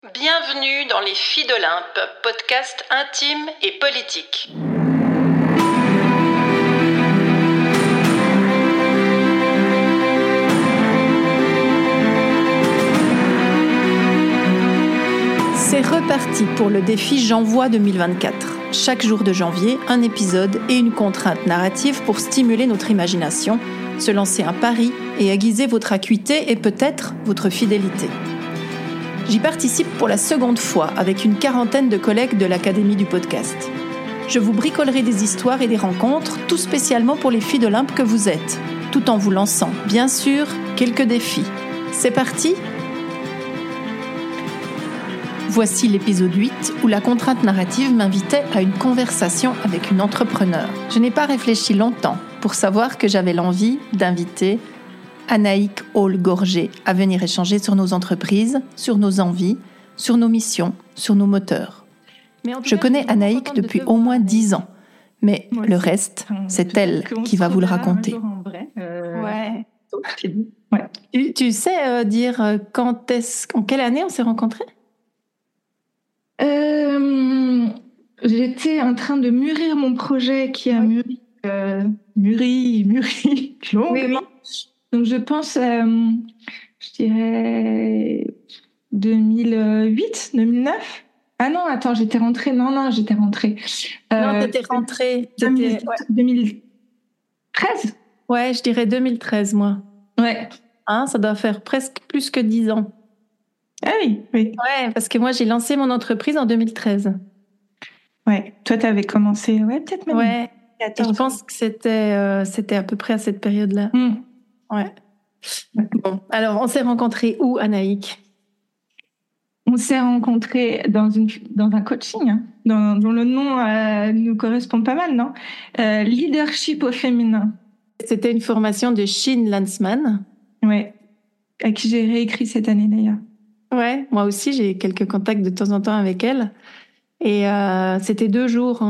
Bienvenue dans Les Filles d'Olympe, podcast intime et politique. C'est reparti pour le défi J'envoie 2024. Chaque jour de janvier, un épisode et une contrainte narrative pour stimuler notre imagination, se lancer un pari et aiguiser votre acuité et peut-être votre fidélité. J'y participe pour la seconde fois avec une quarantaine de collègues de l'Académie du podcast. Je vous bricolerai des histoires et des rencontres, tout spécialement pour les filles d'Olympe que vous êtes, tout en vous lançant, bien sûr, quelques défis. C'est parti ? Voici l'épisode 8 où la contrainte narrative m'invitait à une conversation avec une entrepreneur. Je n'ai pas réfléchi longtemps pour savoir que j'avais l'envie d'inviter Anaïk Hall-Gorgé à venir échanger sur nos entreprises, sur nos envies, sur nos missions, sur nos moteurs. Je connais Anaïk depuis au moins 10 ans, mais le reste, c'est elle qui va vous le raconter. Ouais. Tu sais dire en quelle année on s'est rencontrés ? J'étais en train de mûrir mon projet qui a mûri longuement. Donc je pense, je dirais 2008, 2009. Ah non, attends, j'étais rentrée. Non, t'étais rentrée. 2013. Ouais, je dirais 2013, moi. Ouais. Hein, ça doit faire presque plus que 10 ans. Ah oui. Ouais, parce que moi, j'ai lancé mon entreprise en 2013. Ouais, toi, t'avais commencé, peut-être même. Ouais, je pense que c'était à peu près à cette période-là. Ouais. Bon, alors, on s'est rencontrés où, Anaïk ? On s'est rencontrés dans un coaching, dont le nom nous correspond pas mal, non ? Leadership au féminin. C'était une formation de Shin Lanzmann. Ouais, à qui j'ai réécrit cette année d'ailleurs. Ouais, moi aussi, j'ai quelques contacts de temps en temps avec elle. Et c'était 2 jours,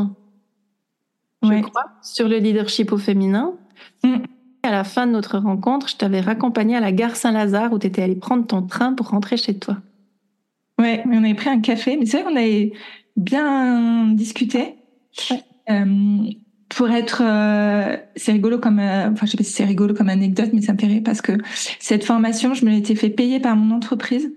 je crois, sur le leadership au féminin. À la fin de notre rencontre, je t'avais raccompagnée à la gare Saint-Lazare où tu étais allée prendre ton train pour rentrer chez toi. Ouais, on avait pris un café, mais c'est vrai qu'on avait bien discuté. Ouais. Pour être, c'est rigolo comme, je sais pas si c'est rigolo comme anecdote, mais ça me fait rire parce que cette formation, je me l'étais fait payer par mon entreprise.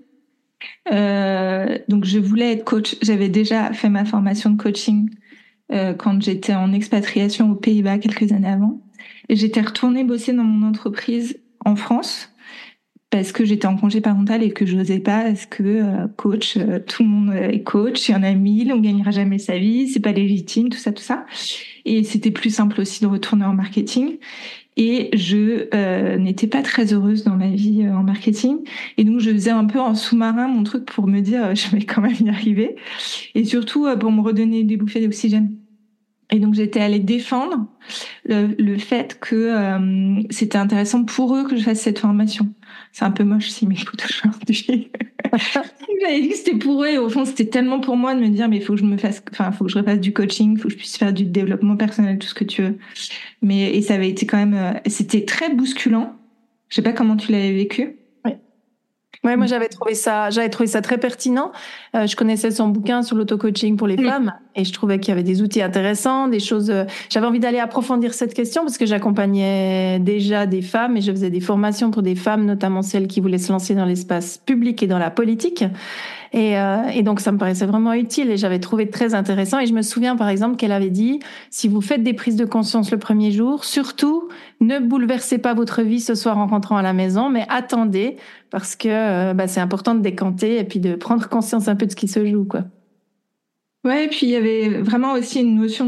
Donc je voulais être coach. J'avais déjà fait ma formation de coaching quand j'étais en expatriation aux Pays-Bas quelques années avant. Et j'étais retournée bosser dans mon entreprise en France parce que j'étais en congé parental et que je n'osais pas parce que coach, tout le monde est coach, il y en a 1000, on gagnera jamais sa vie, c'est pas légitime, tout ça. Et c'était plus simple aussi de retourner en marketing. Et je n'étais pas très heureuse dans ma vie en marketing. Et donc, je faisais un peu en sous-marin mon truc pour me dire je vais quand même y arriver. Et surtout, pour me redonner des bouffées d'oxygène. Et donc, j'étais allée défendre le fait que c'était intéressant pour eux que je fasse cette formation. C'est un peu moche s'ils m'écoutent aujourd'hui. J'avais dit que c'était pour eux et au fond, c'était tellement pour moi de me dire mais il faut que je refasse du coaching, il faut que je puisse faire du développement personnel, tout ce que tu veux. Et ça avait été quand même, c'était très bousculant. Je sais pas comment tu l'avais vécu. Ouais, moi j'avais trouvé ça très pertinent. Je connaissais son bouquin sur l'auto-coaching pour les femmes et je trouvais qu'il y avait des outils intéressants, des choses. J'avais envie d'aller approfondir cette question parce que j'accompagnais déjà des femmes et je faisais des formations pour des femmes, notamment celles qui voulaient se lancer dans l'espace public et dans la politique. Et donc ça me paraissait vraiment utile et j'avais trouvé très intéressant. Et je me souviens par exemple qu'elle avait dit si vous faites des prises de conscience le premier jour, surtout ne bouleversez pas votre vie ce soir en rentrant à la maison, mais attendez parce que c'est important de décanter et puis de prendre conscience un peu de ce qui se joue, quoi. Ouais, et puis il y avait vraiment aussi une notion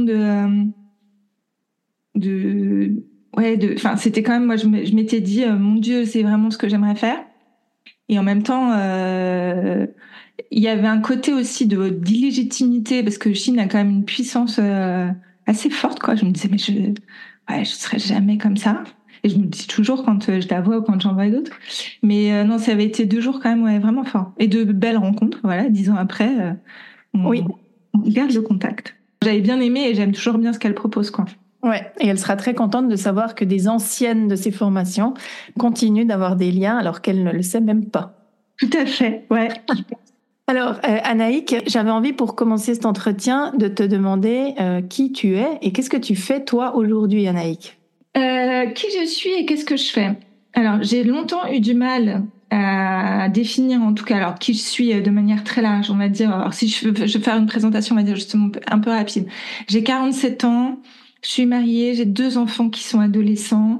c'était quand même, moi je m'étais dit mon Dieu, c'est vraiment ce que j'aimerais faire. Et en même temps, il y avait un côté aussi d'illégitimité parce que Chine a quand même une puissance assez forte, quoi. Je me disais mais je serais jamais comme ça. Et je me le dis toujours quand je la vois ou quand j'en vois d'autres. Mais non, ça avait été 2 jours quand même vraiment forts. Et de belles rencontres, 10 ans après, on garde le contact. J'avais bien aimé et j'aime toujours bien ce qu'elle propose, quoi. Ouais, et elle sera très contente de savoir que des anciennes de ces formations continuent d'avoir des liens alors qu'elle ne le sait même pas. Tout à fait, ouais. Alors, Anaïk, j'avais envie pour commencer cet entretien de te demander qui tu es et qu'est-ce que tu fais toi aujourd'hui, Anaïk? Qui je suis et qu'est-ce que je fais? Alors, j'ai longtemps eu du mal à définir, en tout cas, alors qui je suis de manière très large, on va dire. Alors, si je veux faire une présentation, on va dire justement un peu rapide. J'ai 47 ans, je suis mariée, j'ai 2 enfants qui sont adolescents.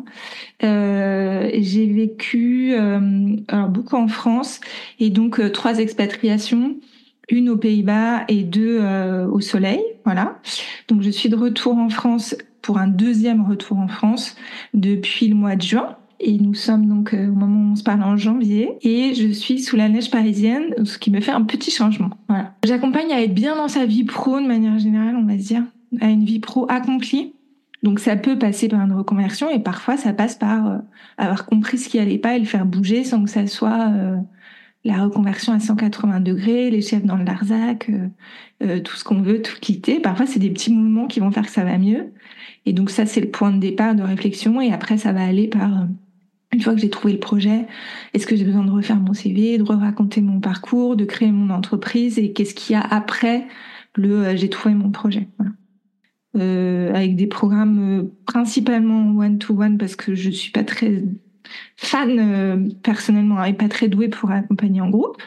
J'ai vécu alors beaucoup en France et donc 3 expatriations, une aux Pays-Bas et 2 au Soleil, voilà. Donc je suis de retour en France pour un 2e retour en France depuis le mois de juin. Et nous sommes donc au moment où on se parle en janvier et je suis sous la neige parisienne, ce qui me fait un petit changement. Voilà. J'accompagne à être bien dans sa vie pro de manière générale, on va dire, à une vie pro accomplie. Donc ça peut passer par une reconversion et parfois ça passe par avoir compris ce qui allait pas et le faire bouger sans que ça soit la reconversion à 180 degrés, les chefs dans le Larzac, tout ce qu'on veut, tout quitter. Parfois c'est des petits mouvements qui vont faire que ça va mieux. Et donc ça c'est le point de départ de réflexion et après ça va aller par une fois que j'ai trouvé le projet, est-ce que j'ai besoin de refaire mon CV, de raconter mon parcours, de créer mon entreprise et qu'est-ce qu'il y a après j'ai trouvé mon projet. Voilà. Avec des programmes principalement one-to-one parce que je suis pas très fan personnellement et pas très douée pour accompagner en groupe,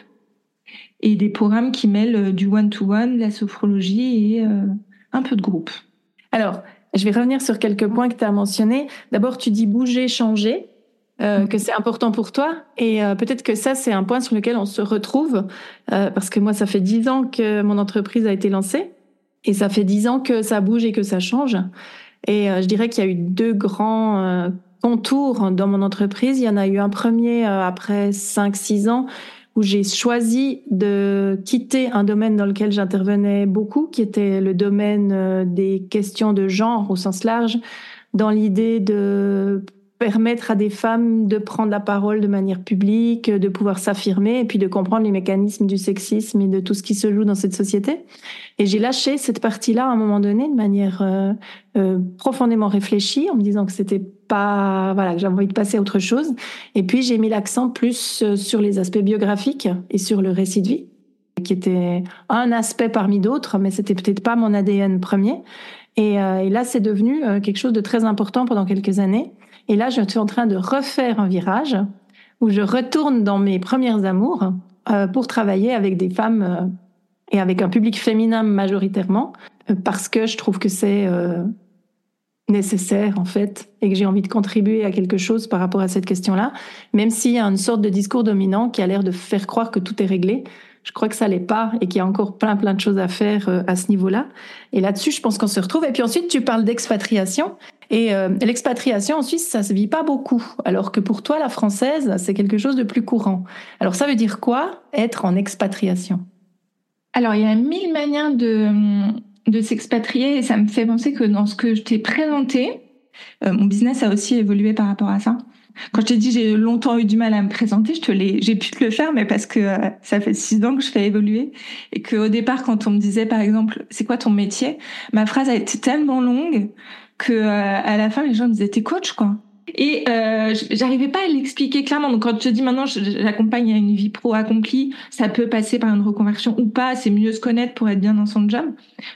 et des programmes qui mêlent du one-to-one, la sophrologie et un peu de groupe. Alors, je vais revenir sur quelques points que tu as mentionnés. D'abord, tu dis bouger, changer, que c'est important pour toi. Et peut-être que ça, c'est un point sur lequel on se retrouve. Parce que moi, ça fait 10 ans que mon entreprise a été lancée. Et ça fait 10 ans que ça bouge et que ça change. Et je dirais qu'il y a eu 2 grands contours dans mon entreprise. Il y en a eu un premier après 5-6 ans où j'ai choisi de quitter un domaine dans lequel j'intervenais beaucoup, qui était le domaine des questions de genre au sens large, dans l'idée de permettre à des femmes de prendre la parole de manière publique, de pouvoir s'affirmer et puis de comprendre les mécanismes du sexisme et de tout ce qui se joue dans cette société. Et j'ai lâché cette partie-là à un moment donné de manière profondément réfléchie, en me disant que c'était pas, voilà, que j'avais envie de passer à autre chose. Et puis j'ai mis l'accent plus sur les aspects biographiques et sur le récit de vie, qui était un aspect parmi d'autres, mais c'était peut-être pas mon ADN premier. Et là, c'est devenu quelque chose de très important pendant quelques années. Et là, je suis en train de refaire un virage où je retourne dans mes premières amours pour travailler avec des femmes et avec un public féminin majoritairement, parce que je trouve que c'est nécessaire en fait et que j'ai envie de contribuer à quelque chose par rapport à cette question-là, même s'il y a une sorte de discours dominant qui a l'air de faire croire que tout est réglé. Je crois que ça l'est pas et qu'il y a encore plein de choses à faire à ce niveau-là. Et là-dessus, je pense qu'on se retrouve. Et puis ensuite, tu parles d'expatriation. Et l'expatriation en Suisse, ça se vit pas beaucoup. Alors que pour toi, la française, c'est quelque chose de plus courant. Alors ça veut dire quoi, être en expatriation? Alors, il y a 1000 manières de s'expatrier et ça me fait penser que dans ce que je t'ai présenté, mon business a aussi évolué par rapport à ça. Quand je t'ai dit j'ai longtemps eu du mal à me présenter, j'ai pu te le faire, mais parce que ça fait 6 ans que je fais évoluer et qu'au départ, quand on me disait par exemple c'est quoi ton métier, ma phrase a été tellement longue que à la fin les gens me disaient t'es coach quoi. Et j'arrivais pas à l'expliquer clairement. Donc quand je te dis maintenant j'accompagne à une vie pro accomplie, ça peut passer par une reconversion ou pas. C'est mieux se connaître pour être bien dans son job.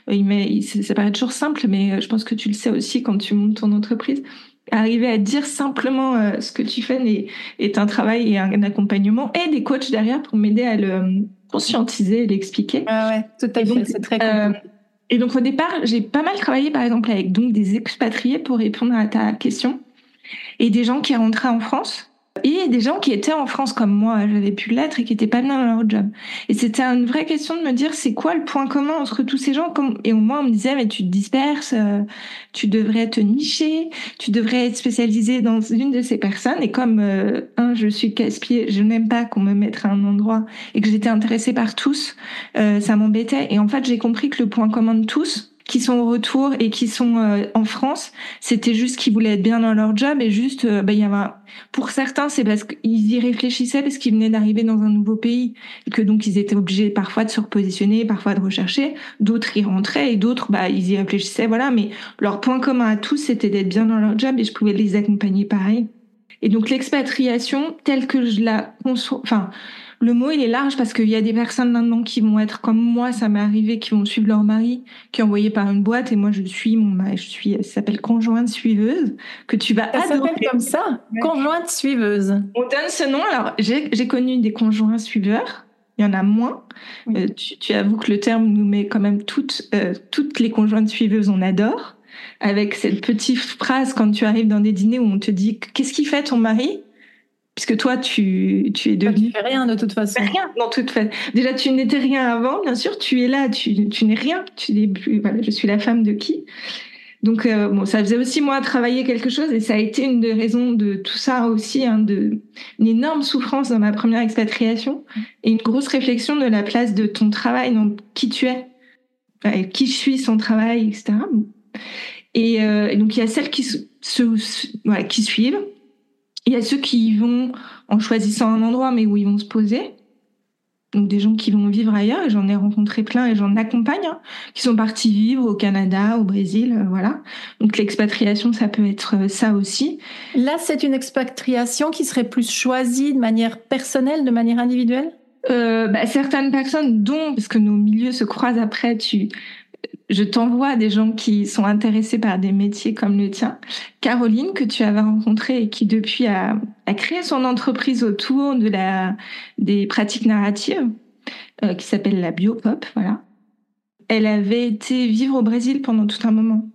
Ça paraît toujours simple, mais je pense que tu le sais aussi quand tu montes ton entreprise. Arriver à dire simplement ce que tu fais est un travail et un accompagnement et des coachs derrière pour m'aider à le conscientiser et l'expliquer. Ah ouais, tout à fait, donc, c'est très cool. Et donc au départ, j'ai pas mal travaillé par exemple avec donc des expatriés pour répondre à ta question et des gens qui rentraient en France. Et des gens qui étaient en France comme moi, j'avais pu l'être et qui étaient pas bien dans leur job. Et c'était une vraie question de me dire c'est quoi le point commun entre tous ces gens. Et au moins on me disait mais tu te disperses, tu devrais te nicher, tu devrais être spécialisé dans une de ces personnes. Et comme je suis casse-pied, je n'aime pas qu'on me mette à un endroit et que j'étais intéressée par tous, ça m'embêtait. Et en fait j'ai compris que le point commun de tous, qui sont au retour et qui sont en France, c'était juste qu'ils voulaient être bien dans leur job et juste, il y avait pour certains, c'est parce qu'ils y réfléchissaient parce qu'ils venaient d'arriver dans un nouveau pays et que donc ils étaient obligés parfois de se repositionner, parfois de rechercher. D'autres y rentraient et d'autres, ils y réfléchissaient, voilà. Mais leur point commun à tous, c'était d'être bien dans leur job et je pouvais les accompagner pareil. Et donc l'expatriation, telle que je la conçois, le mot, il est large parce qu'il y a des personnes maintenant qui vont être comme moi, ça m'est arrivé, qui vont suivre leur mari, qui est envoyé par une boîte, et moi, je suis mon mari, ça s'appelle conjointe suiveuse, que tu vas adorer. Ça s'appelle comme ça, conjointe suiveuse. On donne ce nom. Alors, j'ai connu des conjoints suiveurs. Il y en a moins. Oui. Tu avoues que le terme nous met quand même toutes les conjointes suiveuses, on adore. Avec cette petite phrase quand tu arrives dans des dîners où on te dit « Qu'est-ce qu'il fait ton mari ?» Puisque toi, tu es devenu... Tu fais rien de toute façon. Rien, dans toute façon. Déjà, tu n'étais rien avant, bien sûr. Tu es là, tu n'es rien. Tu n'es plus... Voilà, je suis la femme de qui ? Donc, ça faisait aussi, moi, travailler quelque chose, et ça a été une des raisons de tout ça aussi, une énorme souffrance dans ma première expatriation, et une grosse réflexion de la place de ton travail dans qui tu es, et qui je suis sans travail, etc. Et donc, il y a celles qui suivent, il y a ceux qui y vont en choisissant un endroit, mais où ils vont se poser. Donc des gens qui vont vivre ailleurs, et j'en ai rencontré plein, et j'en accompagne, qui sont partis vivre au Canada, au Brésil, voilà. Donc l'expatriation, ça peut être ça aussi. Là, c'est une expatriation qui serait plus choisie de manière personnelle, de manière individuelle ? Certaines personnes, parce que nos milieux se croisent après, je t'envoie à des gens qui sont intéressés par des métiers comme le tien. Caroline, que tu avais rencontrée et qui depuis a créé son entreprise autour des pratiques narratives, qui s'appelle la Biopop, voilà. Elle avait été vivre au Brésil pendant tout un moment,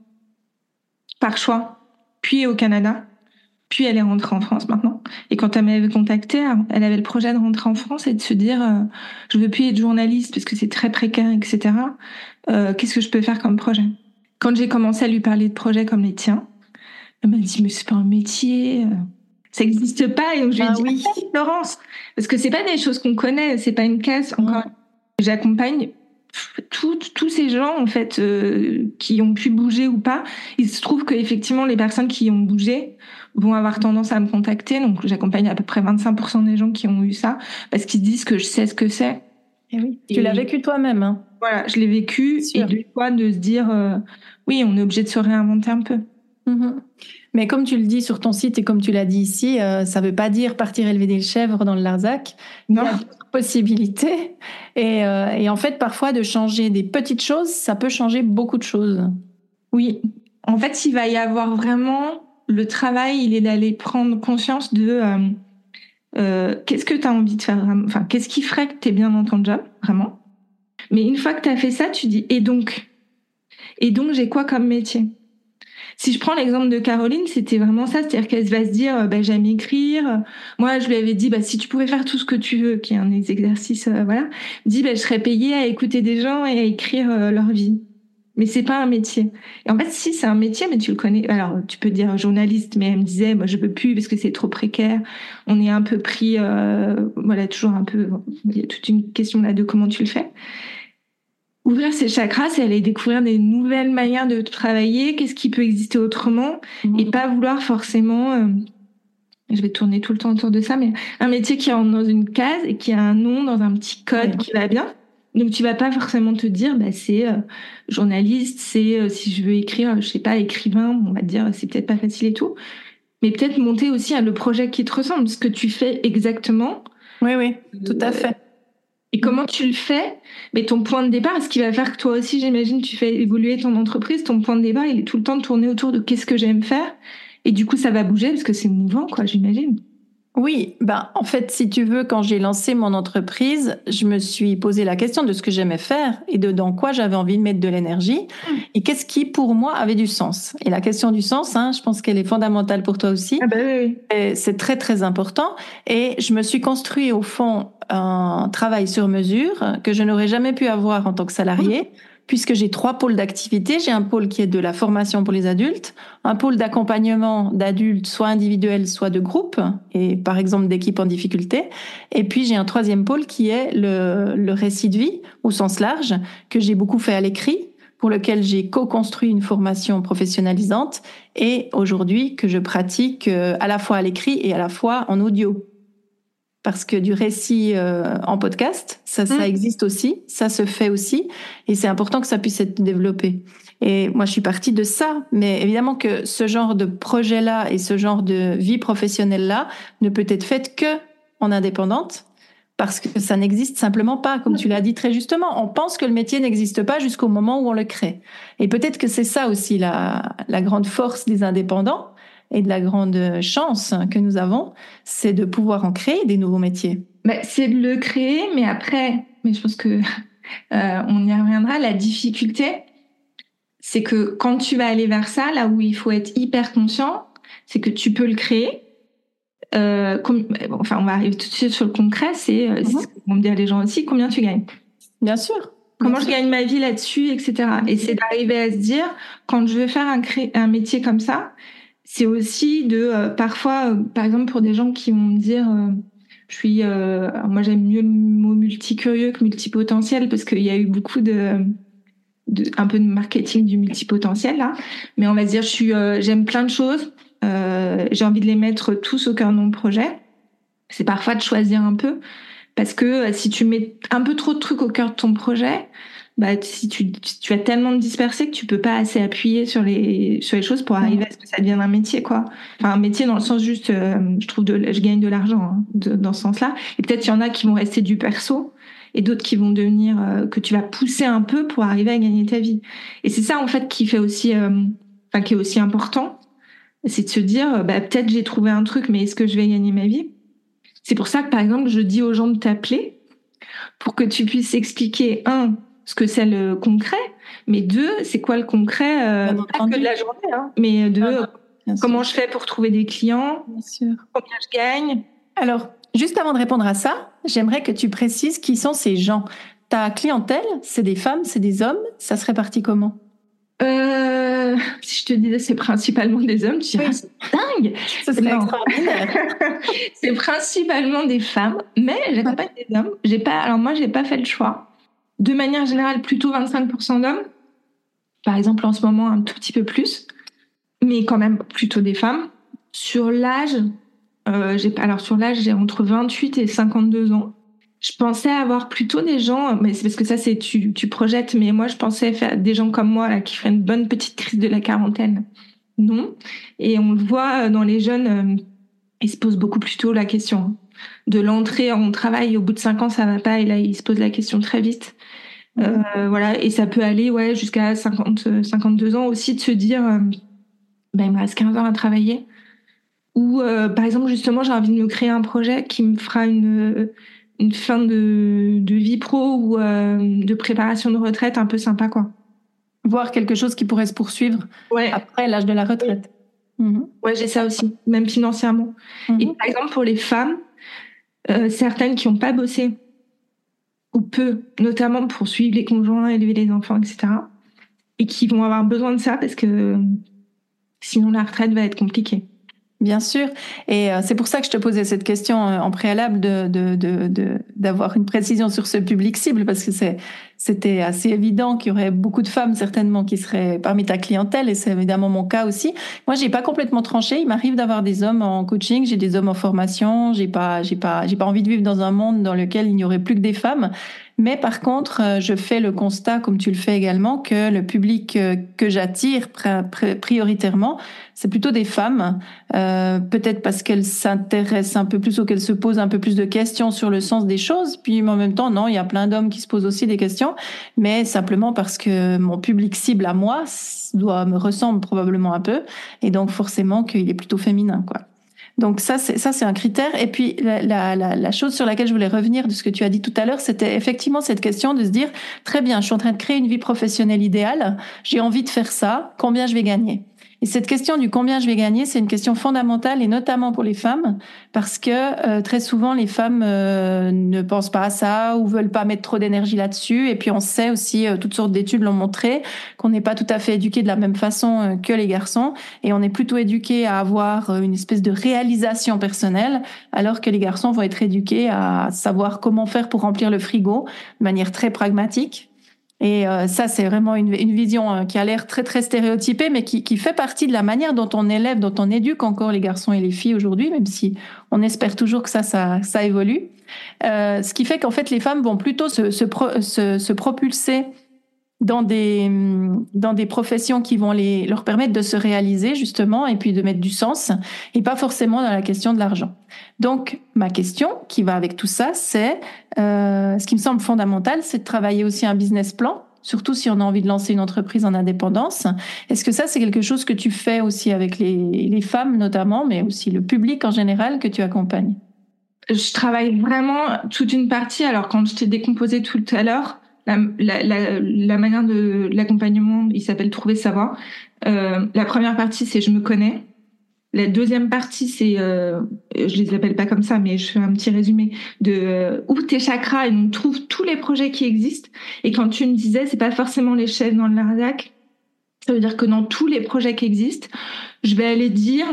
par choix, puis au Canada, puis elle est rentrée en France maintenant. Et quand elle m'avait contactée, elle avait le projet de rentrer en France et de se dire je veux plus être journaliste parce que c'est très précaire, etc. Qu'est-ce que je peux faire comme projet ? Quand j'ai commencé à lui parler de projets comme les tiens, elle m'a dit mais c'est pas un métier, ça n'existe pas. Et donc je lui ai dit oui, Florence, parce que c'est pas des choses qu'on connaît, c'est pas une case. Encore, j'accompagne tous ces gens en fait qui ont pu bouger ou pas. Il se trouve que effectivement les personnes qui ont bougé vont avoir tendance à me contacter, donc j'accompagne à peu près 25% des gens qui ont eu ça parce qu'ils disent que je sais ce que c'est. Et oui, tu l'as vécu toi-même, hein. Voilà, je l'ai vécu, et des fois de se dire oui, on est obligé de se réinventer un peu. Mais comme tu le dis sur ton site et comme tu l'as dit ici, ça veut pas dire partir élever des chèvres dans le Larzac. Non. Il y a d'autres possibilités. Et en fait, parfois, de changer des petites choses, ça peut changer beaucoup de choses. Oui. En fait, il va y avoir vraiment... Le travail, il est d'aller prendre conscience de qu'est-ce que tu as envie de faire vraiment. Enfin, qu'est-ce qui ferait que tu es bien dans ton job, vraiment. Mais une fois que tu as fait ça, tu dis et donc, j'ai quoi comme métier ? Si je prends l'exemple de Caroline, c'était vraiment ça, c'est-à-dire qu'elle va se dire j'aime écrire. Moi, je lui avais dit si tu pouvais faire tout ce que tu veux, qui est un exercice, voilà, dis je serais payée à écouter des gens et à écrire leur vie. Mais c'est pas un métier. Et en fait, si c'est un métier, mais tu le connais. Alors, tu peux dire journaliste, mais elle me disait, moi, je peux plus parce que c'est trop précaire. On est un peu pris, voilà, toujours un peu. Il y a toute une question là de comment tu le fais. Ouvrir ses chakras, c'est aller découvrir des nouvelles manières de travailler. Qu'est-ce qui peut exister autrement, et pas vouloir forcément. Je vais tourner tout le temps autour de ça, mais un métier qui rentre dans une case et qui a un nom dans un petit code qui va bien. Donc tu vas pas forcément te dire c'est journaliste, c'est si je veux écrire, je sais pas, écrivain, on va te dire c'est peut-être pas facile et tout, mais peut-être monter aussi le projet qui te ressemble, ce que tu fais exactement. Oui, tout à fait. Et comment tu le fais ? Mais ton point de départ, ce qui va faire que toi aussi, j'imagine, tu fais évoluer ton entreprise, ton point de départ, il est tout le temps de tourner autour de qu'est-ce que j'aime faire, et du coup ça va bouger parce que c'est mouvant, quoi, j'imagine. Oui, en fait, si tu veux, quand j'ai lancé mon entreprise, je me suis posé la question de ce que j'aimais faire et de dans quoi j'avais envie de mettre de l'énergie et qu'est-ce qui, pour moi, avait du sens. Et la question du sens, je pense qu'elle est fondamentale pour toi aussi. Ah oui. Et c'est très, très important. Et je me suis construit, au fond, un travail sur mesure que je n'aurais jamais pu avoir en tant que salarié. Puisque j'ai 3 pôles d'activité. J'ai un pôle qui est de la formation pour les adultes, un pôle d'accompagnement d'adultes, soit individuels, soit de groupe, et par exemple d'équipes en difficulté. Et puis j'ai un 3e pôle qui est le récit de vie, au sens large, que j'ai beaucoup fait à l'écrit, pour lequel j'ai co-construit une formation professionnalisante, et aujourd'hui que je pratique à la fois à l'écrit et à la fois en audio. Parce que du récit en podcast, ça existe aussi, ça se fait aussi, et c'est important que ça puisse être développé. Et moi, je suis partie de ça, mais évidemment que ce genre de projet-là et ce genre de vie professionnelle-là ne peut être fait que en indépendante, parce que ça n'existe simplement pas, comme tu l'as dit très justement. On pense que le métier n'existe pas jusqu'au moment où on le crée. Et peut-être que c'est ça aussi la grande force des indépendants et de la grande chance que nous avons, c'est de pouvoir en créer des nouveaux métiers. C'est de le créer, mais je pense que on y reviendra. La difficulté, c'est que quand tu vas aller vers ça, là où il faut être hyper conscient, c'est que tu peux le créer. On va arriver tout de suite sur le concret, c'est ce que vont me dire les gens aussi, combien tu gagnes. Bien sûr. Comment je gagne ma vie là-dessus, etc. Et c'est d'arriver à se dire, quand je veux faire un métier comme ça, c'est aussi de parfois, par exemple, pour des gens qui vont me dire, moi j'aime mieux le mot multicurieux que multipotentiel parce qu'il y a eu beaucoup un peu de marketing du multipotentiel là, mais on va se dire, j'aime plein de choses, j'ai envie de les mettre tous au cœur de mon projet. C'est parfois de choisir un peu, parce que si tu mets un peu trop de trucs au cœur de ton projet, si tu as tellement de dispersé que tu peux pas assez appuyer sur les choses pour arriver à ce que ça devienne un métier, quoi. Enfin, un métier dans le sens juste, je gagne de l'argent dans ce sens-là. Et peut-être il y en a qui vont rester du perso et d'autres qui vont devenir que tu vas pousser un peu pour arriver à gagner ta vie. Et c'est ça en fait qui fait aussi, qui est aussi important, c'est de se dire, peut-être j'ai trouvé un truc, mais est-ce que je vais gagner ma vie? C'est pour ça que par exemple, je dis aux gens de t'appeler pour que tu puisses expliquer ce que c'est le concret, mais 2, c'est quoi le concret, pas que de la journée, mais comment je fais pour trouver des clients, bien sûr. Combien je gagne. Alors, juste avant de répondre à ça, j'aimerais que tu précises qui sont ces gens. Ta clientèle, c'est des femmes, c'est des hommes, ça se répartit comment? Si je te disais c'est principalement des hommes, tu dirais, c'est dingue. Ça serait extraordinaire. C'est principalement des femmes, mais j'accompagne des hommes. Moi, j'ai pas fait le choix. De manière générale, plutôt 25% d'hommes. Par exemple, en ce moment, un tout petit peu plus. Mais quand même, plutôt des femmes. Sur l'âge, j'ai entre 28 et 52 ans. Je pensais avoir plutôt des gens, mais c'est parce que ça, tu projettes, mais moi, je pensais faire des gens comme moi, là, qui feraient une bonne petite crise de la quarantaine. Non. Et on le voit dans les jeunes, ils se posent beaucoup plus tôt la question. De l'entrée en travail, au bout de 5 ans, ça va pas, et là, ils se posent la question très vite. Voilà, et ça peut aller jusqu'à 52 ans aussi, de se dire il me reste 15 ans à travailler, ou par exemple justement j'ai envie de me créer un projet qui me fera une fin de vie pro ou de préparation de retraite un peu sympa, quoi. Voir quelque chose qui pourrait se poursuivre après l'âge de la retraite. Ouais, j'ai ça aussi, même financièrement. Et par exemple pour les femmes, certaines qui n'ont pas bossé ou peu, notamment pour suivre les conjoints, élever les enfants, etc. Et qui vont avoir besoin de ça parce que sinon la retraite va être compliquée. Bien sûr, et c'est pour ça que je te posais cette question en préalable d'avoir une précision sur ce public cible, parce que c'était assez évident qu'il y aurait beaucoup de femmes certainement qui seraient parmi ta clientèle, et c'est évidemment mon cas aussi. Moi, j'ai pas complètement tranché. Il m'arrive d'avoir des hommes en coaching, j'ai des hommes en formation. J'ai pas envie de vivre dans un monde dans lequel il n'y aurait plus que des femmes. Mais par contre, je fais le constat, comme tu le fais également, que le public que j'attire prioritairement, c'est plutôt des femmes, peut-être parce qu'elles s'intéressent un peu plus ou qu'elles se posent un peu plus de questions sur le sens des choses. Puis en même temps, non, il y a plein d'hommes qui se posent aussi des questions, mais simplement parce que mon public cible à moi me ressemble probablement un peu, et donc forcément qu'il est plutôt féminin, quoi. Donc ça c'est un critère. Et puis la chose sur laquelle je voulais revenir de ce que tu as dit tout à l'heure, c'était effectivement cette question de se dire, très bien, je suis en train de créer une vie professionnelle idéale, j'ai envie de faire ça, combien je vais gagner? Et cette question du combien je vais gagner, c'est une question fondamentale, et notamment pour les femmes, parce que très souvent les femmes ne pensent pas à ça ou veulent pas mettre trop d'énergie là-dessus. Et puis on sait aussi, toutes sortes d'études l'ont montré, qu'on n'est pas tout à fait éduqué de la même façon que les garçons, et on est plutôt éduqué à avoir une espèce de réalisation personnelle, alors que les garçons vont être éduqués à savoir comment faire pour remplir le frigo de manière très pragmatique. Et ça, c'est vraiment une vision qui a l'air très très stéréotypée, mais qui fait partie de la manière dont on élève, dont on éduque encore les garçons et les filles aujourd'hui, même si on espère toujours que ça évolue. Ce qui fait qu'en fait, les femmes vont plutôt se propulser dans des professions qui vont leur permettre de se réaliser justement et puis de mettre du sens et pas forcément dans la question de l'argent. Donc ma question qui va avec tout ça, c'est ce qui me semble fondamental, c'est de travailler aussi un business plan, surtout si on a envie de lancer une entreprise en indépendance. Est-ce que ça c'est quelque chose que tu fais aussi avec les femmes notamment, mais aussi le public en général que tu accompagnes? Je travaille vraiment toute une partie. Alors quand je t'ai décomposé tout à l'heure, la manière de l'accompagnement, il s'appelle Trouver sa voie. La première partie, c'est je me connais. La deuxième partie, c'est, je les appelle pas comme ça, mais je fais un petit résumé de ouvre tes chakras et on trouve tous les projets qui existent. Et quand tu me disais, c'est pas forcément les chefs dans le Larzac. Ça veut dire que dans tous les projets qui existent, je vais aller dire,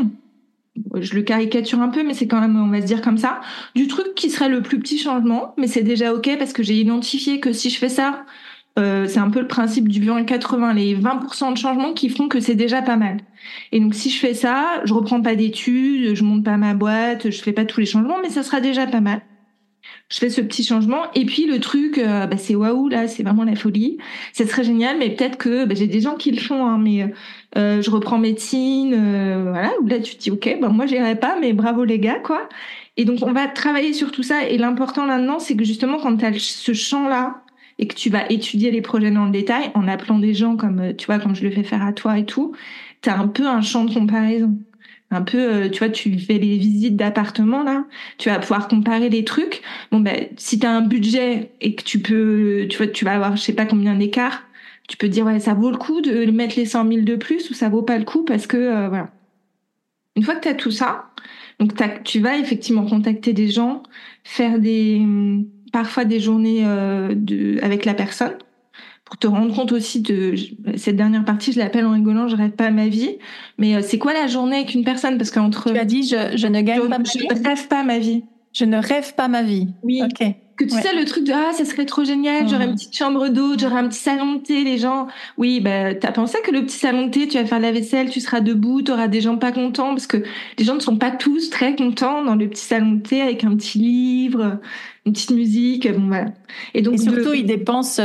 je le caricature un peu, mais c'est quand même, on va se dire comme ça, du truc qui serait le plus petit changement, mais c'est déjà ok parce que j'ai identifié que si je fais ça, c'est un peu le principe du 20-80, les 20% de changements qui font que c'est déjà pas mal. Et donc si je fais ça, je reprends pas d'études, je monte pas ma boîte, je fais pas tous les changements, mais ça sera déjà pas mal. Je fais ce petit changement et puis le truc, c'est waouh là, c'est vraiment la folie. Ça serait génial, mais peut-être que j'ai des gens qui le font, hein, mais je reprends médecine, voilà. Où là tu te dis ok, moi j'irai pas, mais bravo les gars quoi. Et donc on va travailler sur tout ça. Et l'important là-dedans, c'est que justement quand tu as ce champ-là et que tu vas étudier les projets dans le détail en appelant des gens comme tu vois comme je le fais faire à toi et tout, t'as un peu un champ de comparaison. Un peu, tu vois, tu fais les visites d'appartements, là, tu vas pouvoir comparer les trucs. Bon, si tu as un budget et que tu vas avoir, je sais pas combien d'écart, tu peux te dire, ouais, ça vaut le coup de mettre les 100 000 de plus ou ça vaut pas le coup parce que, voilà. Une fois que tu as tout ça, donc tu vas effectivement contacter des gens, faire parfois des journées avec la personne, pour te rendre compte aussi de cette dernière partie, je l'appelle en rigolant, je rêve pas ma vie. Mais c'est quoi la journée avec une personne? Parce qu'entre... Tu as dit, je ne gagne pas ma vie. Je ne rêve pas ma vie. Je ne rêve pas ma vie. Oui. Ok. Que tu sais, le truc de, ça serait trop génial, j'aurais une petite chambre d'hôte, j'aurais un petit salon de thé, les gens. Oui, t'as pensé que le petit salon de thé, tu vas faire la vaisselle, tu seras debout, t'auras des gens pas contents, parce que les gens ne sont pas tous très contents dans le petit salon de thé avec un petit livre, une petite musique, bon voilà. Et donc, surtout, ils dépensent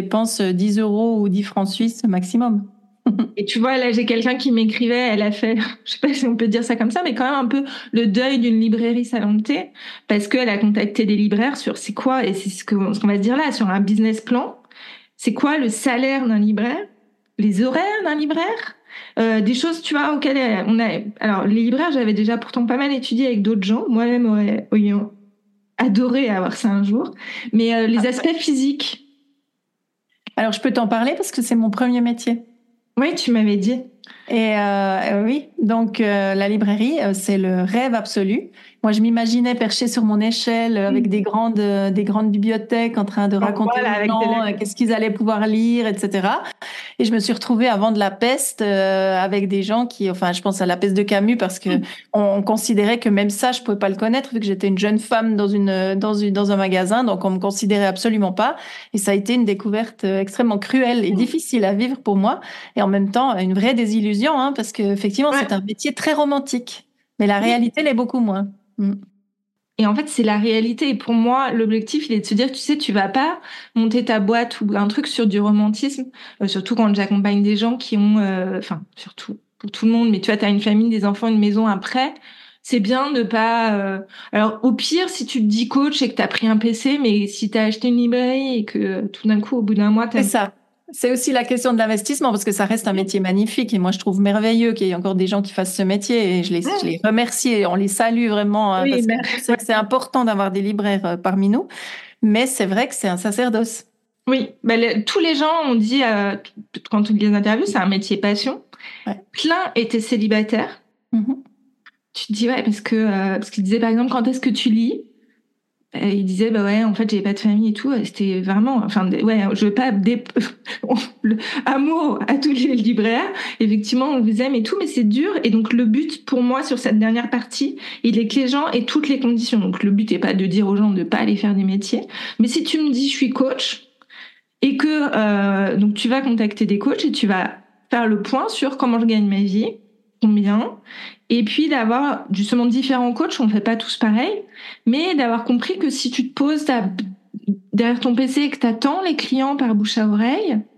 10 euros ou 10 francs suisses maximum. Et tu vois, là, j'ai quelqu'un qui m'écrivait, elle a fait, je sais pas si on peut dire ça comme ça, mais quand même un peu le deuil d'une librairie salon de thé, parce qu'elle a contacté des libraires sur c'est quoi, et c'est ce qu'on va se dire là, sur un business plan, c'est quoi le salaire d'un libraire, les horaires d'un libraire, des choses, tu vois, auxquelles on a... Alors, les libraires, j'avais déjà pourtant pas mal étudié avec d'autres gens, moi-même aurais adoré avoir ça un jour, mais les aspects physiques. Alors, je peux t'en parler parce que c'est mon premier métier. Oui, tu m'avais dit. Et oui, donc la librairie, c'est le rêve absolu. Moi, je m'imaginais percher sur mon échelle avec des grandes bibliothèques en train de raconter aux gens qu'est-ce qu'ils allaient pouvoir lire, etc. Et je me suis retrouvée à vendre la peste avec des gens qui, enfin, je pense à la peste de Camus parce que on considérait que même ça, je pouvais pas le connaître vu que j'étais une jeune femme dans un magasin, donc on me considérait absolument pas. Et ça a été une découverte extrêmement cruelle et difficile à vivre pour moi, et en même temps une vraie désillusion, hein, parce que effectivement, c'est un métier très romantique, mais la réalité l'est beaucoup moins. Et en fait, c'est la réalité. Et pour moi, l'objectif, il est de se dire, tu sais, tu vas pas monter ta boîte ou un truc sur du romantisme, surtout quand j'accompagne des gens qui ont, surtout pour tout le monde, mais tu vois, t'as une famille, des enfants, une maison après. C'est bien de pas... Alors, au pire, si tu te dis coach et que t'as pris un PC, mais si t'as acheté une librairie et que tout d'un coup, au bout d'un mois, C'est ça. C'est aussi la question de l'investissement parce que ça reste un métier magnifique et moi je trouve merveilleux qu'il y ait encore des gens qui fassent ce métier et je les remercie et on les salue vraiment parce que c'est important d'avoir des libraires parmi nous, mais c'est vrai que c'est un sacerdoce. Oui, tous les gens ont dit quand on les interviews, c'est un métier passion. Ouais. Plein étaient célibataires. Tu te dis parce qu'ils disaient par exemple quand est-ce que tu lis? Il disait en fait j'avais pas de famille et tout, c'était vraiment je veux pas amour à tous les libraires, effectivement on vous aime et tout, mais c'est dur. Et donc le but pour moi sur cette dernière partie, il est que les gens aient toutes les conditions. Donc le but est pas de dire aux gens de pas aller faire des métiers, mais si tu me dis je suis coach et que donc tu vas contacter des coachs et tu vas faire le point sur comment je gagne ma vie, combien. Et puis d'avoir justement différents coachs, on fait pas tous pareil, mais d'avoir compris que si tu te poses derrière ton PC et que t'attends les clients par bouche à oreille,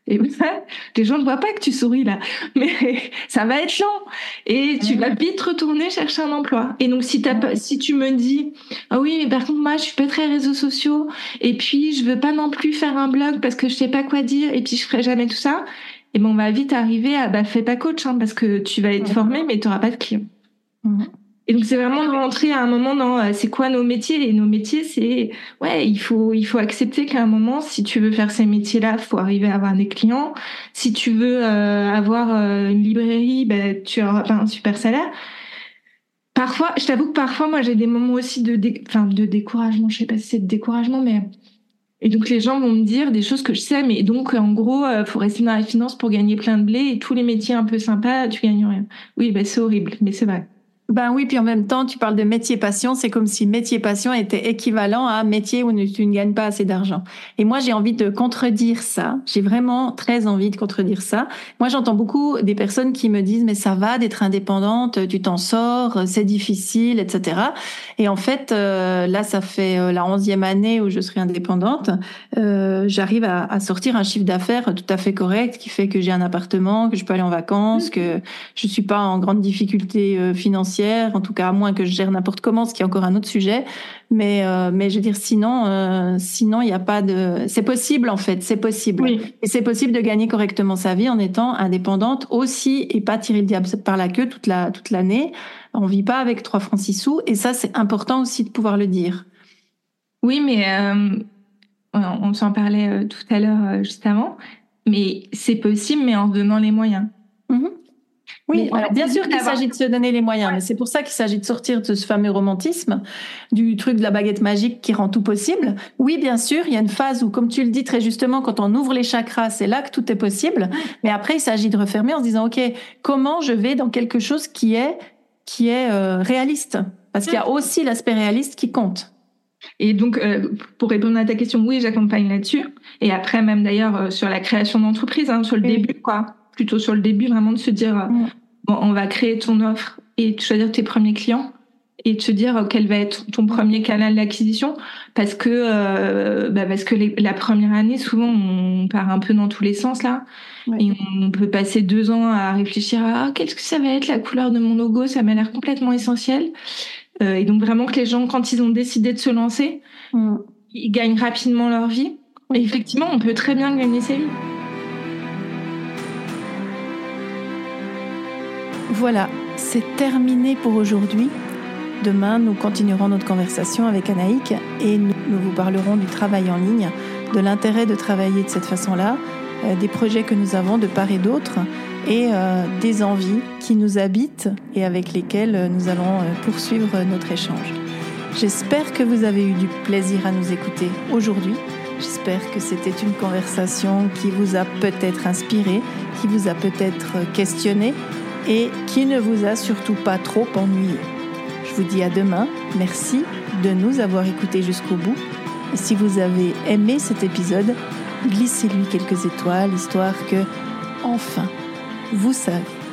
Et les gens ne voient pas que tu souris là, mais ça va être lent et tu vas vite retourner chercher un emploi. Et donc si tu me dis ah oui mais par contre moi je suis pas très réseaux sociaux et puis je veux pas non plus faire un blog parce que je sais pas quoi dire et puis je ferai jamais tout ça, et on va vite arriver à fais pas coach parce que tu vas être formé mais tu auras pas de clients. Et donc c'est vraiment de rentrer à un moment dans c'est quoi nos métiers, et nos métiers c'est il faut accepter qu'à un moment si tu veux faire ces métiers-là, faut arriver à avoir des clients. Si tu veux avoir une librairie, tu auras pas un super salaire. Parfois, je t'avoue que parfois moi j'ai des moments aussi de découragement, je sais pas si c'est de découragement mais et donc les gens vont me dire des choses que je sais, mais donc en gros faut rester dans la finance pour gagner plein de blé et tous les métiers un peu sympas tu gagnes rien. Oui, c'est horrible, mais c'est vrai. Ben oui, puis en même temps, tu parles de métier passion, c'est comme si métier passion était équivalent à métier où tu ne gagnes pas assez d'argent. Et moi, j'ai envie de contredire ça. J'ai vraiment très envie de contredire ça. Moi, j'entends beaucoup des personnes qui me disent, mais ça va d'être indépendante, tu t'en sors, c'est difficile, etc. Et en fait, là, ça fait la 11e année où je serai indépendante. J'arrive à sortir un chiffre d'affaires tout à fait correct qui fait que j'ai un appartement, que je peux aller en vacances, que je suis pas en grande difficulté financière, en tout cas à moins que je gère n'importe comment, ce qui est encore un autre sujet. Mais je veux dire, sinon, il n'y a pas de. C'est possible en fait, c'est possible. Oui. Et c'est possible de gagner correctement sa vie en étant indépendante aussi et pas tirer le diable par la queue toute l'année. On vit pas avec 3 francs 6 sous, et ça c'est important aussi de pouvoir le dire. Oui, mais on s'en parlait tout à l'heure juste avant. Mais c'est possible, mais en se donnant les moyens. Oui, alors bien sûr qu'il s'agit de se donner les moyens, mais c'est pour ça qu'il s'agit de sortir de ce fameux romantisme, du truc de la baguette magique qui rend tout possible. Oui, bien sûr, il y a une phase où, comme tu le dis très justement, quand on ouvre les chakras, c'est là que tout est possible. Mais après, il s'agit de refermer en se disant, OK, comment je vais dans quelque chose qui est réaliste? Parce qu'il y a aussi l'aspect réaliste qui compte. Et donc, pour répondre à ta question, oui, j'accompagne là-dessus. Et après, même d'ailleurs, sur la création d'entreprise, sur le début, quoi. Plutôt sur le début, vraiment de se dire, on va créer ton offre et de choisir tes premiers clients et de se dire quel va être ton premier canal d'acquisition, parce que la première année, souvent, on part un peu dans tous les sens, là. Et on peut passer 2 ans à réfléchir à qu'est-ce que ça va être la couleur de mon logo, ça m'a l'air complètement essentiel. Et donc vraiment que les gens, quand ils ont décidé de se lancer, ils gagnent rapidement leur vie. Et effectivement, on peut très bien gagner sa vie. Voilà, c'est terminé pour aujourd'hui. Demain, nous continuerons notre conversation avec Anaïk et nous vous parlerons du travail en ligne, de l'intérêt de travailler de cette façon-là, des projets que nous avons de part et d'autre et des envies qui nous habitent et avec lesquelles nous allons poursuivre notre échange. J'espère que vous avez eu du plaisir à nous écouter aujourd'hui. J'espère que c'était une conversation qui vous a peut-être inspiré, qui vous a peut-être questionné et qui ne vous a surtout pas trop ennuyé. Je vous dis à demain. Merci de nous avoir écoutés jusqu'au bout. Et si vous avez aimé cet épisode, glissez-lui quelques étoiles, histoire que, enfin, vous savez